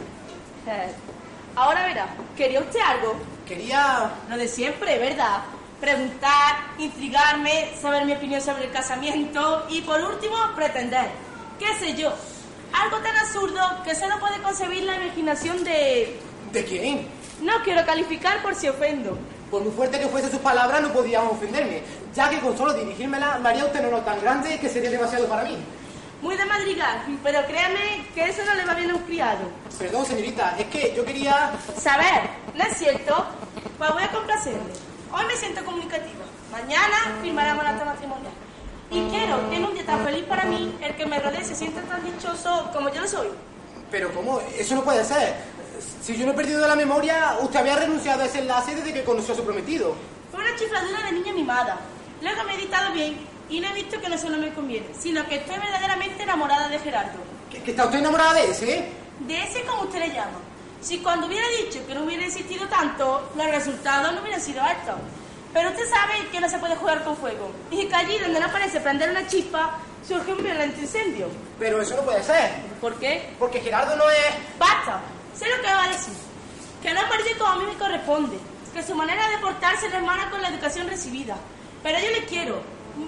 Ahora verá. ¿Quería usted algo? Quería... Lo de siempre, ¿verdad? Preguntar, intrigarme, saber mi opinión sobre el casamiento y por último, pretender. ¿Qué sé yo? Algo tan absurdo que solo puede concebir la imaginación de... ¿De quién? No quiero calificar por si ofendo. Por muy fuerte que fuesen sus palabras, no podían ofenderme, ya que con solo dirigírmela me haría un tenor tan grande que sería demasiado para mí. Muy de madrigal, pero créame que eso no le va bien a un criado. Perdón, señorita, es que yo quería... ¿Saber? ¿No es cierto? Pues voy a complacerle. Hoy me siento comunicativa. Mañana firmaremos el acta matrimonial. Y quiero que en un día tan feliz para mí, el que me rodee se sienta tan dichoso como yo lo soy. Pero ¿cómo? Eso no puede ser. Si yo no he perdido la memoria, usted había renunciado a ese enlace desde que conoció a su prometido. Fue una chifladura de niña mimada. Luego me he editado bien y no he visto que no solo me conviene, sino que estoy verdaderamente enamorada de Gerardo. ¿Que está usted enamorada de ese? De ese como usted le llama. Si cuando hubiera dicho que no hubiera insistido tanto, los resultados no hubieran sido estos. Pero usted sabe que no se puede jugar con fuego. Y que allí donde no parece prender una chispa, surge un violento incendio. Pero eso no puede ser. ¿Por qué? Porque Gerardo no es... ¡Basta! Sé lo que va a decir. Que no parece como a mí me corresponde. Que su manera de portarse no hermana con la educación recibida. Pero yo le quiero.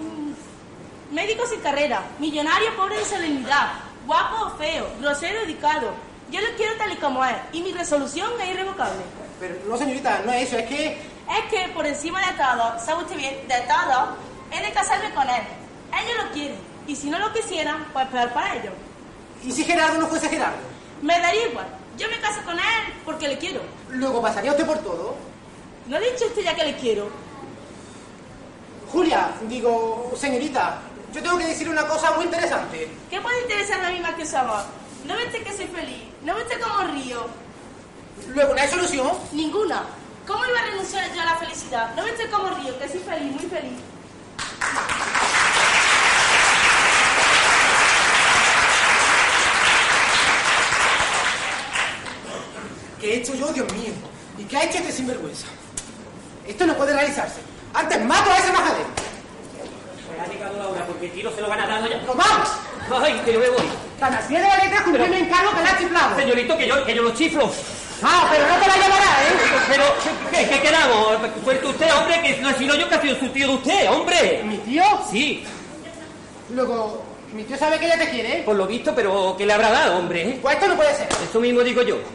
Médico sin carrera, millonario pobre de solemnidad, guapo o feo, grosero o dedicado. Yo lo quiero tal y como es. Y mi resolución es irrevocable. Pero no, señorita, no es eso, es que... Es que por encima de todo, sabe usted bien, de todo, he de casarme con él. Ellos lo quieren. Y si no lo quisieran, pues peor para ellos. ¿Y si Gerardo no fuese Gerardo? Me daría igual. Yo me caso con él porque le quiero. ¿Luego pasaría usted por todo? ¿No ha dicho usted ya que le quiero? Julia, digo, señorita, yo tengo que decirle una cosa muy interesante. ¿Qué puede interesarme a mí más que su amor? ¿No ve usted que soy feliz? ¿No ve usted cómo río? ¿Luego no hay solución? Ninguna. ¿Cómo iba a renunciar yo a la felicidad? ¿No ve usted cómo río? Que soy feliz, muy feliz. ¿Qué he hecho yo, Dios mío? ¿Y qué ha hecho este sinvergüenza? Esto no puede realizarse. Antes mato a ese majadero. Pues ha llegado la hora, porque el tiro se lo van a dar ya. ¡Nos vamos! ¡Ay, que yo me voy! Tan al pie de la letra cumplí mi encargo que le ha chiflado. Señorito, que yo lo chiflo. Ah, pero no te la llevará, ¿eh? Pero, ¿qué quedamos? Cuente usted, hombre, que no he sido yo que ha sido su tío de usted, hombre. ¿Mi tío? Sí. Luego, mi tío sabe que ella te quiere, ¿eh? Por lo visto, pero ¿qué le habrá dado, hombre? Pues esto no puede ser. Eso mismo digo yo.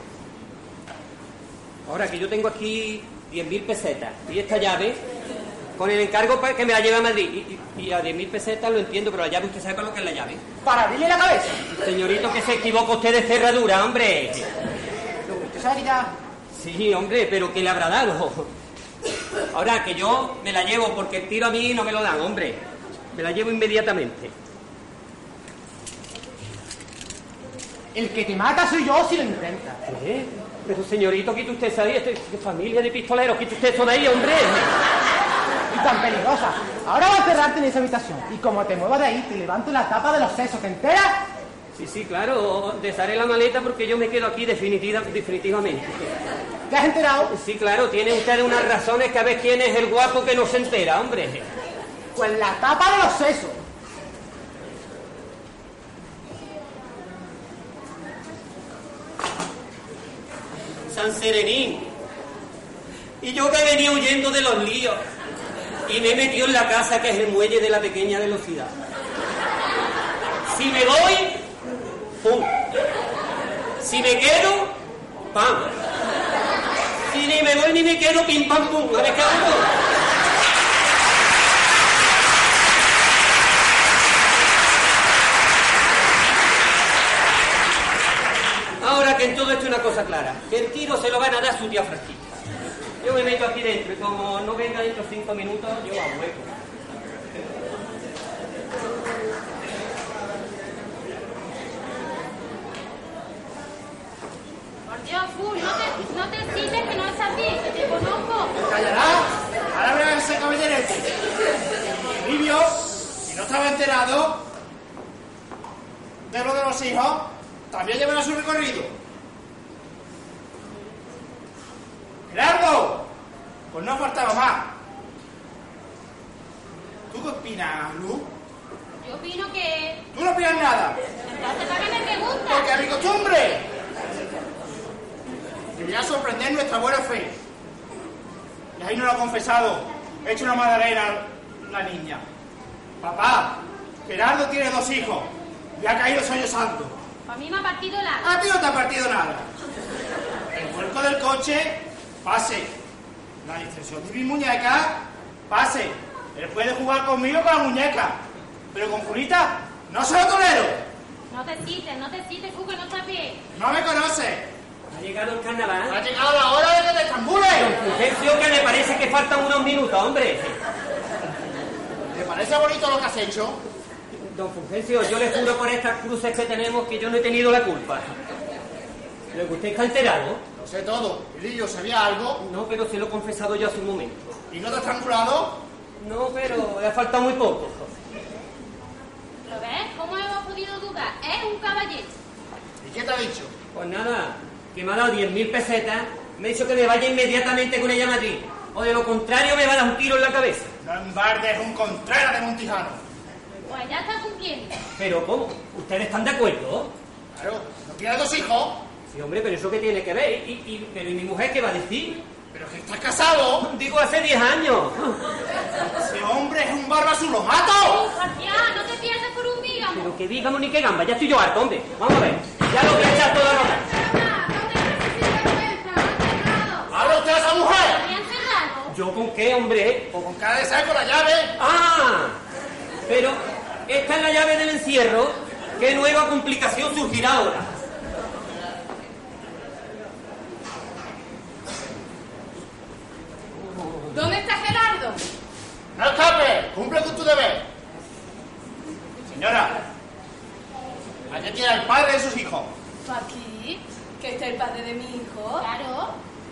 Ahora que yo tengo aquí 10.000 pesetas y esta llave, con el encargo para que me la lleve a Madrid. Y a 10.000 pesetas lo entiendo, pero la llave usted sabe para lo que es la llave. Para abrirle la cabeza. Señorito, que se equivoca usted de cerradura, hombre. ¿Usted sabe que ya...? Sí, hombre, pero ¿qué le habrá dado? Ahora, que yo me la llevo porque el tiro a mí no me lo dan, hombre. Me la llevo inmediatamente. El que te mata soy yo si lo intenta. ¿Qué? Pero señorito, quite usted esa ahí, ¿qué familia de pistoleros? Quite usted eso de ahí, hombre. Y tan peligrosa. Ahora vas a cerrarte en esa habitación. Y como te muevas de ahí, te levanto la tapa de los sesos. ¿Te enteras? Sí, claro. Desharé la maleta porque yo me quedo aquí definitivamente. ¿Te has enterado? Sí, claro. Tiene usted unas razones que a ver quién es el guapo que no se entera, hombre. Pues la tapa de los sesos. San Serenín. Y yo que venía huyendo de los líos. Y me he metido en la casa que es el muelle de la pequeña velocidad. Si me voy, ¡pum! Si me quedo, ¡pam! Si ni me voy ni me quedo, ¡pim, pam, pum! A ver qué hago. Ahora que en todo esto hay una cosa clara, que el tiro se lo van a dar su tía Francisca. Yo me meto aquí dentro y como no venga dentro de 5 minutos, yo la hueco. Por Dios, Full, no te cites que no es así, que te conozco. ¿Callará? Ahora voy a ver ese caballerete. Y Livio, si no estaba enterado de lo de los hijos, también llevará su recorrido. ¡Gerardo! Pues no faltaba más. ¿Tú qué opinas, Luz? Yo opino que... ¿Tú no opinas nada? Entonces, ¿para qué me preguntas? Porque a mi costumbre debería sorprender nuestra buena fe. Y ahí no lo ha confesado. He hecho una madalena la niña. Papá, Gerardo tiene 2 hijos y ha caído sollozando. A mí me ha partido la... A ti no te ha partido nada. El vuelco del coche, pase. La distracción de mi muñeca, pase. Él puede jugar conmigo con la muñeca, pero con Julita no se lo tolero. No te cites, Fu, que no está bien. No me conoce. Ha llegado el carnaval. Ha llegado la hora de que te estrambules. Fulgencio, que me parece que faltan unos minutos, hombre. ¿Te parece bonito lo que has hecho? Don Fulgencio, yo le juro por estas cruces que tenemos que yo no he tenido la culpa. ¿Luego usted está enterado? Lo sé todo. Lillo, ¿sabía algo? No, pero se lo he confesado yo hace un momento. ¿Y no te has estrangulado? No, pero le ha faltado muy poco. ¿Lo ves? ¿Cómo hemos podido dudar? Es un caballero. ¿Y qué te ha dicho? Pues nada, que me ha dado 10.000 pesetas, me ha dicho que me vaya inmediatamente con ella a Madrid. O de lo contrario me va a dar un tiro en la cabeza. No embardes un Contreras de Montijano. Pues ya está cumpliendo. ¿Pero cómo? ¿Ustedes están de acuerdo? Claro, ¿no tienes 2 hijos? Sí, hombre, pero ¿eso qué tiene que ver? ¿Pero y mi mujer qué va a decir? ¿Pero que estás casado? Digo, hace 10 años. Ese hombre es un barbasu, ¡lo mato! García, no te pierdas por un bígamo. Pero que dígame ni que gamba, ya estoy yo harto, hombre. Vamos a ver, ya lo voy a echar todo a rodar. ¡Habla usted a esa mujer! ¿Yo con qué, hombre? O con cara de saco la llave. ¡Ah! Pero esta es la llave del encierro. ¿Qué nueva complicación surgirá ahora? ¿Dónde está Gerardo? ¡No escapes! ¡Cumple con tu deber! Señora, aquí tiene al padre de sus hijos. Aquí, que está el padre de mi hijo. Claro.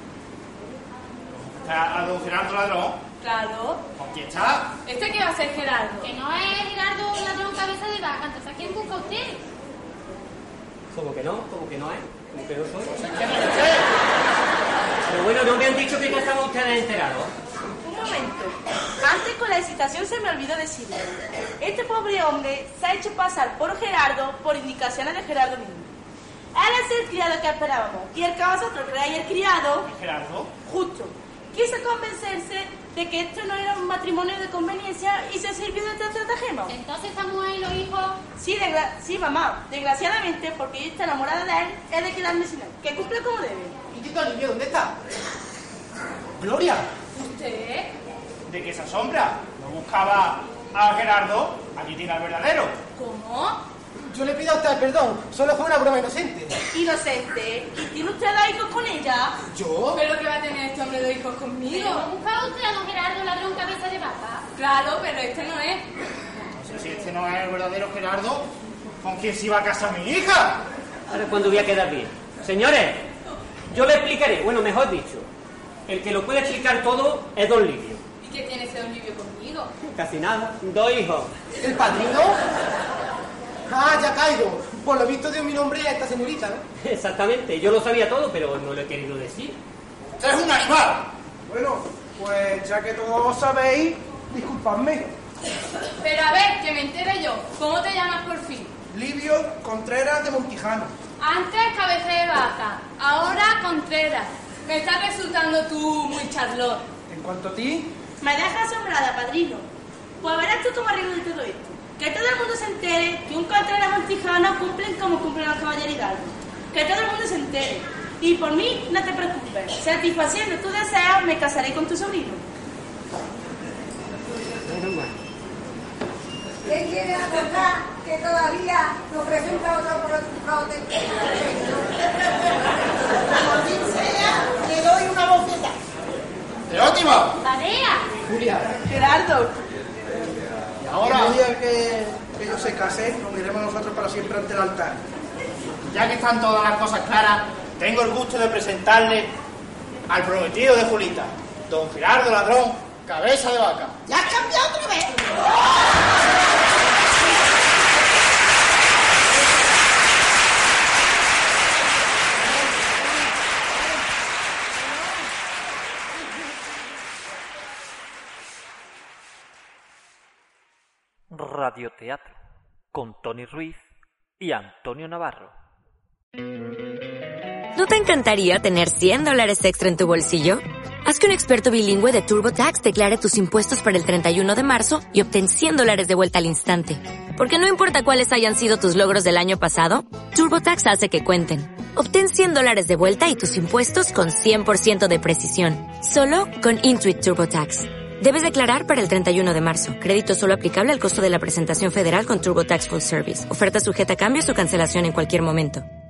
¿Está a don Gerardo Ladrón? Claro. ¿Con quién está? ¿Este qué va a ser Gerardo? Que no es Gerardo Ladrón cabeza de vaca. Entonces, ¿a quién busca usted? ¿Cómo que no? ¿Cómo que no es? ¿Cómo que no soy? ¿Quién es usted? habéis dicho que ya estaban ustedes enterados. Un momento. Antes con la excitación se me olvidó decirle. Este pobre hombre se ha hecho pasar por Gerardo por indicaciones de Gerardo mismo. Él es el criado que esperábamos. Y el que vosotros creáis el criado... ¿Gerardo? Justo. Quiso convencerse de que esto no era un matrimonio de conveniencia y se sirvió de este estratagema. Entonces esta mujer y los hijos... Sí, mamá. Desgraciadamente, porque yo estoy enamorada de él, he de quedarme sin él. Que cumple como debe. ¿Y Tito Livio dónde está? Gloria. ¿Usted? ¿De qué se asombra? ¿No buscaba a Gerardo? Aquí tiene al verdadero. ¿Cómo? Yo le pido a usted perdón, solo fue una broma inocente. Inocente. ¿Y tiene usted dos hijos con ella? ¿Yo? ¿Pero qué va a tener este hombre de hijos conmigo? ¿No buscaba usted a don Gerardo ladrón cabeza de vaca? Claro, pero este no es. No sé si este no es el verdadero Gerardo. ¿Con quién se iba a casar mi hija? Ahora es cuando voy a quedar bien. Señores, yo le explicaré. Bueno, mejor dicho, el que lo puede explicar todo es don Livio. ¿Y qué tiene ese don Livio conmigo? Casi nada. 2 hijos. ¿El padrino? Ah, ya caigo. Por lo visto dio mi nombre a esta señorita, ¿no? Exactamente. Yo lo sabía todo, pero no lo he querido decir. ¡Usted es un animal! Bueno, pues ya que todos sabéis, disculpadme. Pero a ver, que me entere yo. ¿Cómo te llamas por fin? Livio Contreras de Montijano. Antes cabeza de vaca, ahora Contreras. Me está resultando tú muy charlot. En cuanto a ti, Me deja asombrada, padrino. Pues verás tú cómo arreglo de todo esto. Que todo el mundo se entere que un Contreras montijano cumplen como cumplen los caballeros hidalgos. Que todo el mundo se entere. Y por mí, no te preocupes. Satisfaciendo tus deseos, me casaré con tu sobrino. ¿Quién quiere acordar que todavía nos presenta otro por de Como quien sea, le doy una bofetada. ¡Teótima! ¡Tarea! Julia. Gerardo. Y ahora, el día que ellos se casen, nos miremos nosotros para siempre ante el altar. ya que están todas las cosas claras, tengo el gusto de presentarle al prometido de Julita, don Gerardo Ladrón, cabeza de vaca. ¿Ya has cambiado otra vez? Radioteatro con Tony Ruiz y Antonio Navarro. ¿No te encantaría tener $100 extra en tu bolsillo? Haz que un experto bilingüe de TurboTax declare tus impuestos para el 31 de marzo y obtén $100 de vuelta al instante. Porque no importa cuáles hayan sido tus logros del año pasado, TurboTax hace que cuenten. Obtén $100 de vuelta y tus impuestos con 100% de precisión. Solo con Intuit TurboTax. Debes declarar para el 31 de marzo. Crédito solo aplicable al costo de la presentación federal con TurboTax Full Service. Oferta sujeta a cambios o cancelación en cualquier momento.